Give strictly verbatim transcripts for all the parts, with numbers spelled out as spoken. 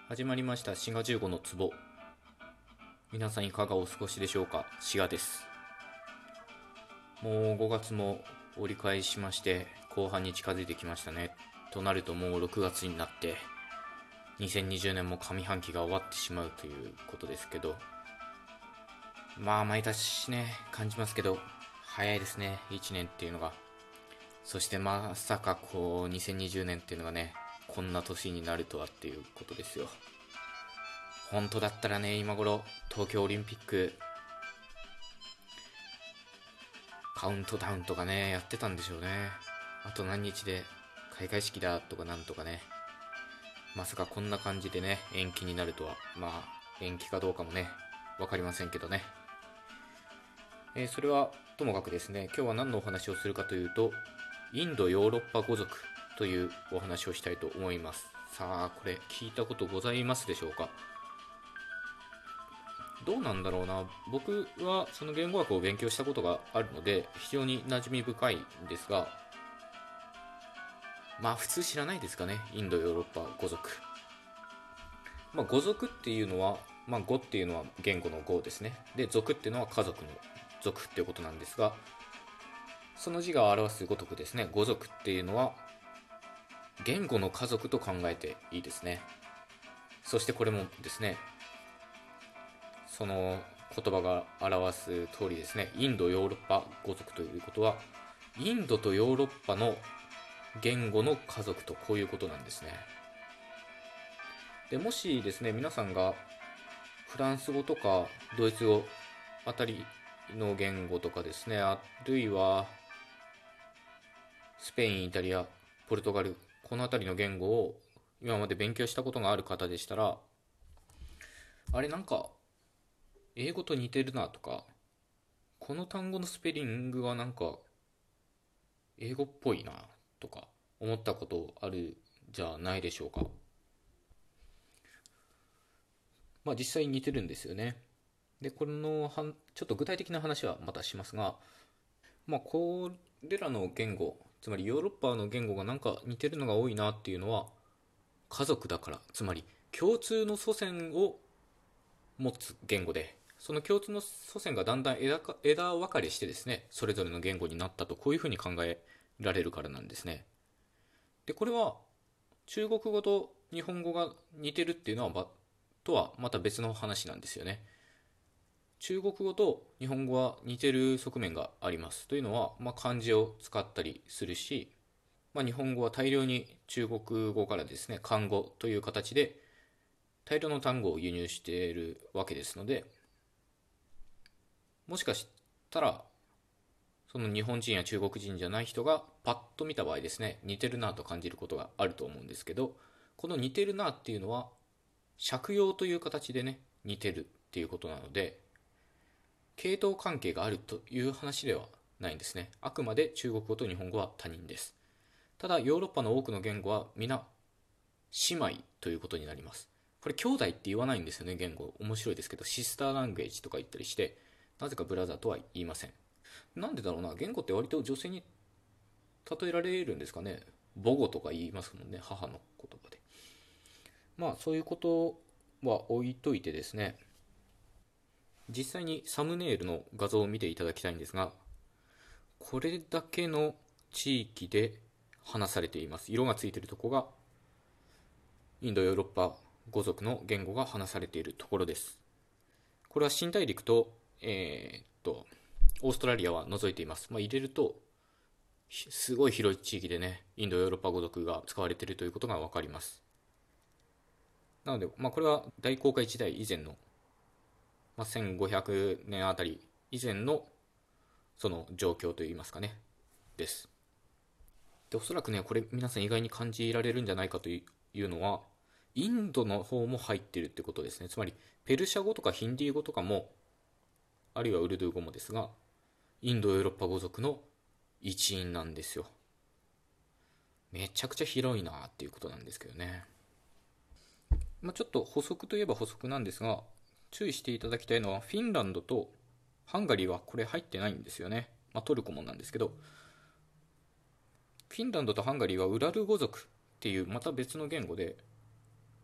始まりました滋賀じゅうごの壺。皆さんいかがお過ごしでしょうか。滋賀です。もうごがつも折り返しまして後半に近づいてきましたね。となるともうろくがつになってにせんにじゅうねんも上半期が終わってしまうということですけど、まあ毎年ね感じますけど早いですね、いちねんっていうのが。そしてまさかこうにせんにじゅうねんっていうのがねこんな年になるとはっていうことですよ。本当だったらね、今頃東京オリンピックカウントダウンとかねやってたんでしょうね。あと何日で開会式だとかなんとかね。まさかこんな感じでね延期になるとは。まあ延期かどうかもね分かりませんけどね。えーそれはともかくですね、今日は何のお話をするかというと、インドヨーロッパ語族というお話をしたいと思います。さあこれ聞いたことございますでしょうか。どうなんだろうな。僕はその言語学を勉強したことがあるので非常に馴染み深いんですが、まあ普通知らないですかね、インドヨーロッパ語族。まあ語族っていうのは、まあ語っていうのは言語の語ですね。で族っていうのは家族の族っていうことなんですが、その字が表す語族ですね、語族っていうのは言語の家族と考えていいですね。そしてこれもですね、その言葉が表す通りですね、インドヨーロッパ語族ということはインドとヨーロッパの言語の家族とこういうことなんですね。でもしですね皆さんがフランス語とかドイツ語あたりの言語とかですね、あるいはスペイン、イタリア、ポルトガル、このあたりの言語を今まで勉強したことがある方でしたら、あれなんか英語と似てるなとか、この単語のスペリングはなんか英語っぽいなとか思ったことあるじゃないでしょうか。まあ実際に似てるんですよね。でこのはんちょっと具体的な話はまたしますが、まあこれらの言語、つまりヨーロッパの言語がなんか似てるのが多いなっていうのは家族だから、つまり共通の祖先を持つ言語で、その共通の祖先がだんだん枝か枝分かれしてですねそれぞれの言語になったと、こういうふうに考えられるからなんですね。でこれは中国語と日本語が似てるっていうのはばとはまた別の話なんですよね。中国語と日本語は似てる側面があります。というのは、まあ、漢字を使ったりするし、まあ、日本語は大量に中国語からですね漢語という形で大量の単語を輸入しているわけですので、もしかしたらその日本人や中国人じゃない人がパッと見た場合ですね似てるなと感じることがあると思うんですけど、この似てるなっていうのは借用という形でね似てるっていうことなので、系統関係があるという話ではないんですね。あくまで中国語と日本語は他人です。ただヨーロッパの多くの言語は皆姉妹ということになります。これ兄弟って言わないんですよね、言語。面白いですけどシスターランゲージとか言ったりして、なぜかブラザーとは言いません。なんでだろうな。言語って割と女性に例えられるんですかね。母語とか言いますもんね、母の言葉で。まあそういうことは置いといてですね、実際にサムネイルの画像を見ていただきたいんですが、これだけの地域で話されています。色がついているところがインドヨーロッパ語族の言語が話されているところです。これは新大陸と、えーっとオーストラリアは除いています。まあ、入れるとすごい広い地域でねインドヨーロッパ語族が使われているということが分かります。なので、まあ、これは大航海時代以前の、まあ、せんごひゃくねんあたり以前のその状況といいますかねです。でおそらくねこれ皆さん意外に感じられるんじゃないかというのは、インドの方も入っているってことですね。つまりペルシャ語とかヒンディー語とかも、あるいはウルドゥー語もですが、インドヨーロッパ語族の一員なんですよ。めちゃくちゃ広いなっていうことなんですけどね。まあ、ちょっと補足といえば補足なんですが、注意していただきたいのはフィンランドとハンガリーはこれ入ってないんですよね。まあ、トルコもなんですけど、フィンランドとハンガリーはウラル語族っていうまた別の言語で、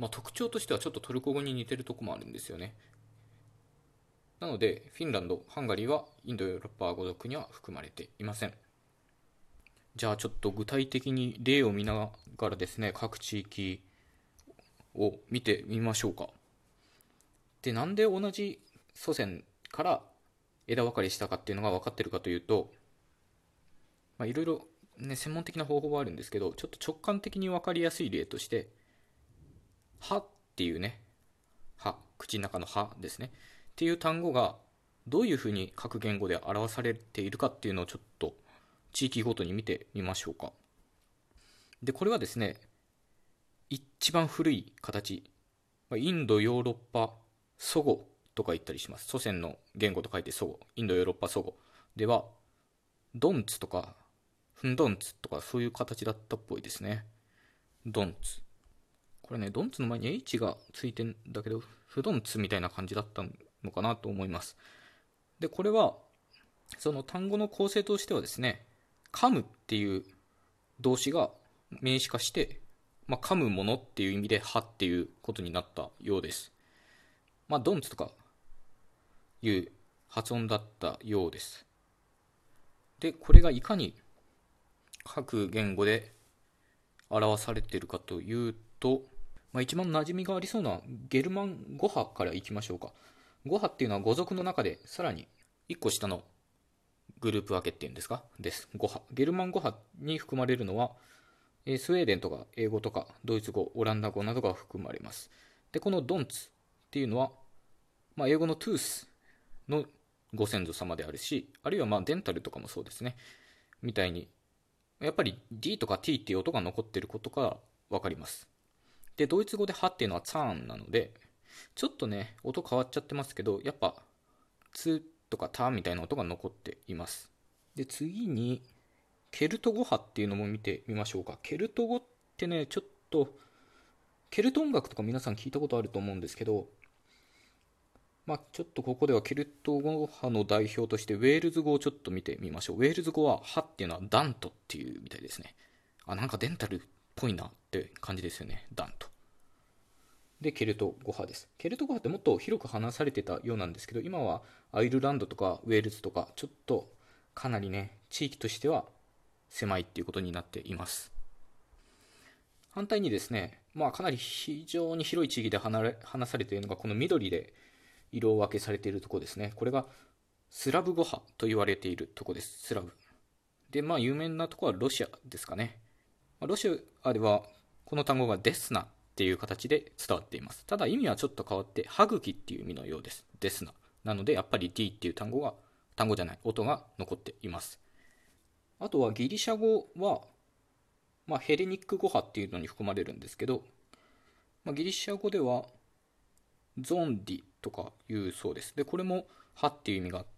まあ、特徴としてはちょっとトルコ語に似てるとこもあるんですよね。なのでフィンランド、ハンガリーはインドヨーロッパ語族には含まれていません。じゃあちょっと具体的に例を見ながらですね、各地域を見てみましょうか。で、なんで同じ祖先から枝分かれしたかっていうのが分かってるかというと、まあ、いろいろね、専門的な方法はあるんですけど、ちょっと直感的に分かりやすい例として、歯っていうね、歯、口の中の歯ですね。っていう単語がどういうふうに各言語で表されているかっていうのをちょっと地域ごとに見てみましょうか。で、これはですね、一番古い形、インドヨーロッパ祖語とか言ったりします。祖先の言語と書いて祖語、インドヨーロッパ祖語では、ドンツとかフンドンツとかそういう形だったっぽいですね。ドンツ。これね、ドンツの前に H がついてんだけど、フドンツみたいな感じだったのかなと思います。で、これは、その単語の構成としてはですね、噛むっていう動詞が名詞化して、まあ、噛むものっていう意味で歯っていうことになったようです。まあ、ドンツとかいう発音だったようです。で、これがいかに各言語で表されているかというと、まあ、一番馴染みがありそうなゲルマン語派からいきましょうか。語派っていうのは語族の中でさらにいっこ下のグループ分けっていうんですかです。語派。ゲルマン語派に含まれるのは、えースウェーデンとか英語とかドイツ語、オランダ語などが含まれます。で、このドンツっていうのは、まあ、英語のトゥースのご先祖様であるし、あるいはまあデンタルとかもそうですね。みたいに、やっぱり D とか T っていう音が残っていることが分かります。で、ドイツ語でハっていうのはツァーンなので、ちょっとね、音変わっちゃってますけど、やっぱ、ツとかタみたいな音が残っています。で、次に、ケルト語派っていうのも見てみましょうか。ケルト語ってね、ちょっと、ケルト音楽とか皆さん聞いたことあると思うんですけど、まあちょっとここではケルト語派の代表としてウェールズ語をちょっと見てみましょう。ウェールズ語は、ハっていうのはダントっていうみたいですね。あ、なんかデンタルっぽいなって感じですよね。ダント。で、ケルト語派です。ケルト語派ってもっと広く話されてたようなんですけど、今はアイルランドとかウェールズとか、ちょっとかなりね、地域としては狭いっていうことになっています。反対にですね、まあかなり非常に広い地域で話されているのが、この緑で色分けされているところですね。これがスラブ語派と言われているところです。スラブ。で、まあ有名なところはロシアですかね。ロシアではこの単語がデスナっていう形で伝わっています。ただ意味はちょっと変わって、歯茎っていう意味のようです。デスナ。なのでやっぱり D っていう単語が、単語じゃない、音が残っています。あとはギリシャ語は、まあ、ヘレニック語派っていうのに含まれるんですけど、まあ、ギリシャ語ではゾンディとかいうそうです。で、これも歯っていう意味があって、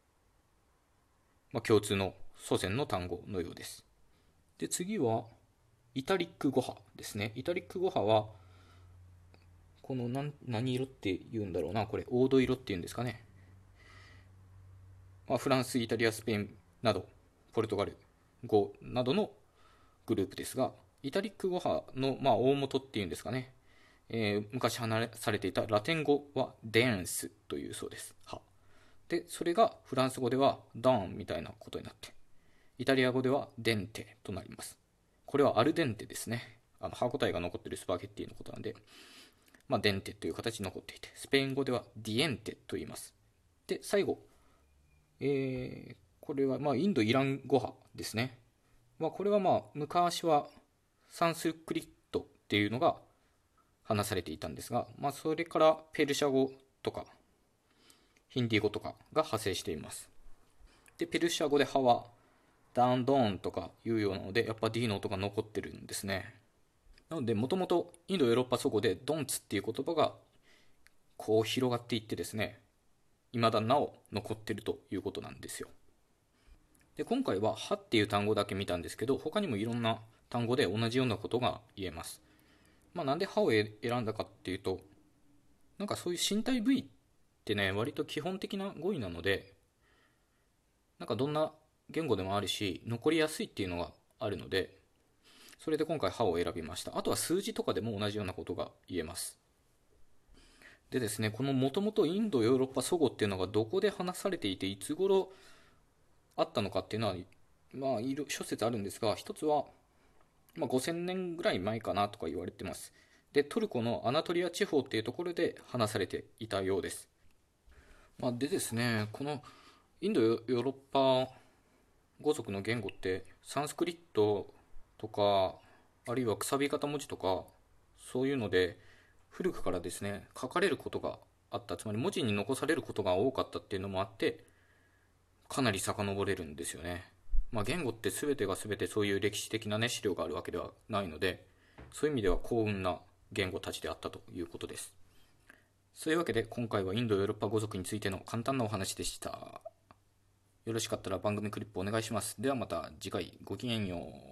まあ、共通の祖先の単語のようです。で、次はイタリック語派ですね。イタリック語派は、この何何色って言うんだろうな、これ、黄土色っていうんですかね。まあ、フランス、イタリア、スペインなど、ポルトガル語などのグループですが、イタリック語派の、まあ、大元っていうんですかね。えー昔話されていたラテン語はデンスというそうです。は。で、それがフランス語ではダーンみたいなことになって、イタリア語ではデンテとなります。これはアルデンテですね。あの歯ごたえが残っているスパゲッティのことなんで、まあ、デンテという形に残っていて、スペイン語ではディエンテと言います。で、最後、えー、これはまあインド・イラン語派ですね。まあ、これはまあ昔はサンスクリットっていうのが話されていたんですが、まあ、それからペルシャ語とかヒンディー語とかが派生しています。で、ペルシャ語で歯はダウンドーンとかいうようなので、やっぱ D の音が残ってるんですね。なので、もともとインド・ヨーロッパ祖語でドンツっていう言葉がこう広がっていってですね、未だなお残ってるということなんですよ。で、今回は歯っていう単語だけ見たんですけど、他にもいろんな単語で同じようなことが言えます。まあ、なんで歯を選んだかっていうと、なんかそういう身体部位ってね、割と基本的な語彙なので、なんかどんな言語でもあるし、残りやすいっていうのがあるので、 それで今回歯を選びました。あとは数字とかでも同じようなことが言えます。でですね、このもともとインド・ヨーロッパ祖語っていうのがどこで話されていて、いつ頃あったのかっていうのは、まあ、いろ諸説あるんですが、一つは、まあ、ごせんねんぐらい前かなとか言われてます。で、トルコのアナトリア地方っていうところで話されていたようです。まあ、でですね、このインド・ヨーロッパ語族の言語ってサンスクリットとか、あるいはくさび型文字とか、そういうので古くからですね書かれることがあった、つまり文字に残されることが多かったっていうのもあって、かなり遡れるんですよね。まあ、言語って全てが全てそういう歴史的な、ね、資料があるわけではないので、そういう意味では幸運な言語たちであったということです。そういうわけで今回はインド・ヨーロッパ語族についての簡単なお話でした。よろしかったら番組クリップお願いします。ではまた次回、ごきげんよう。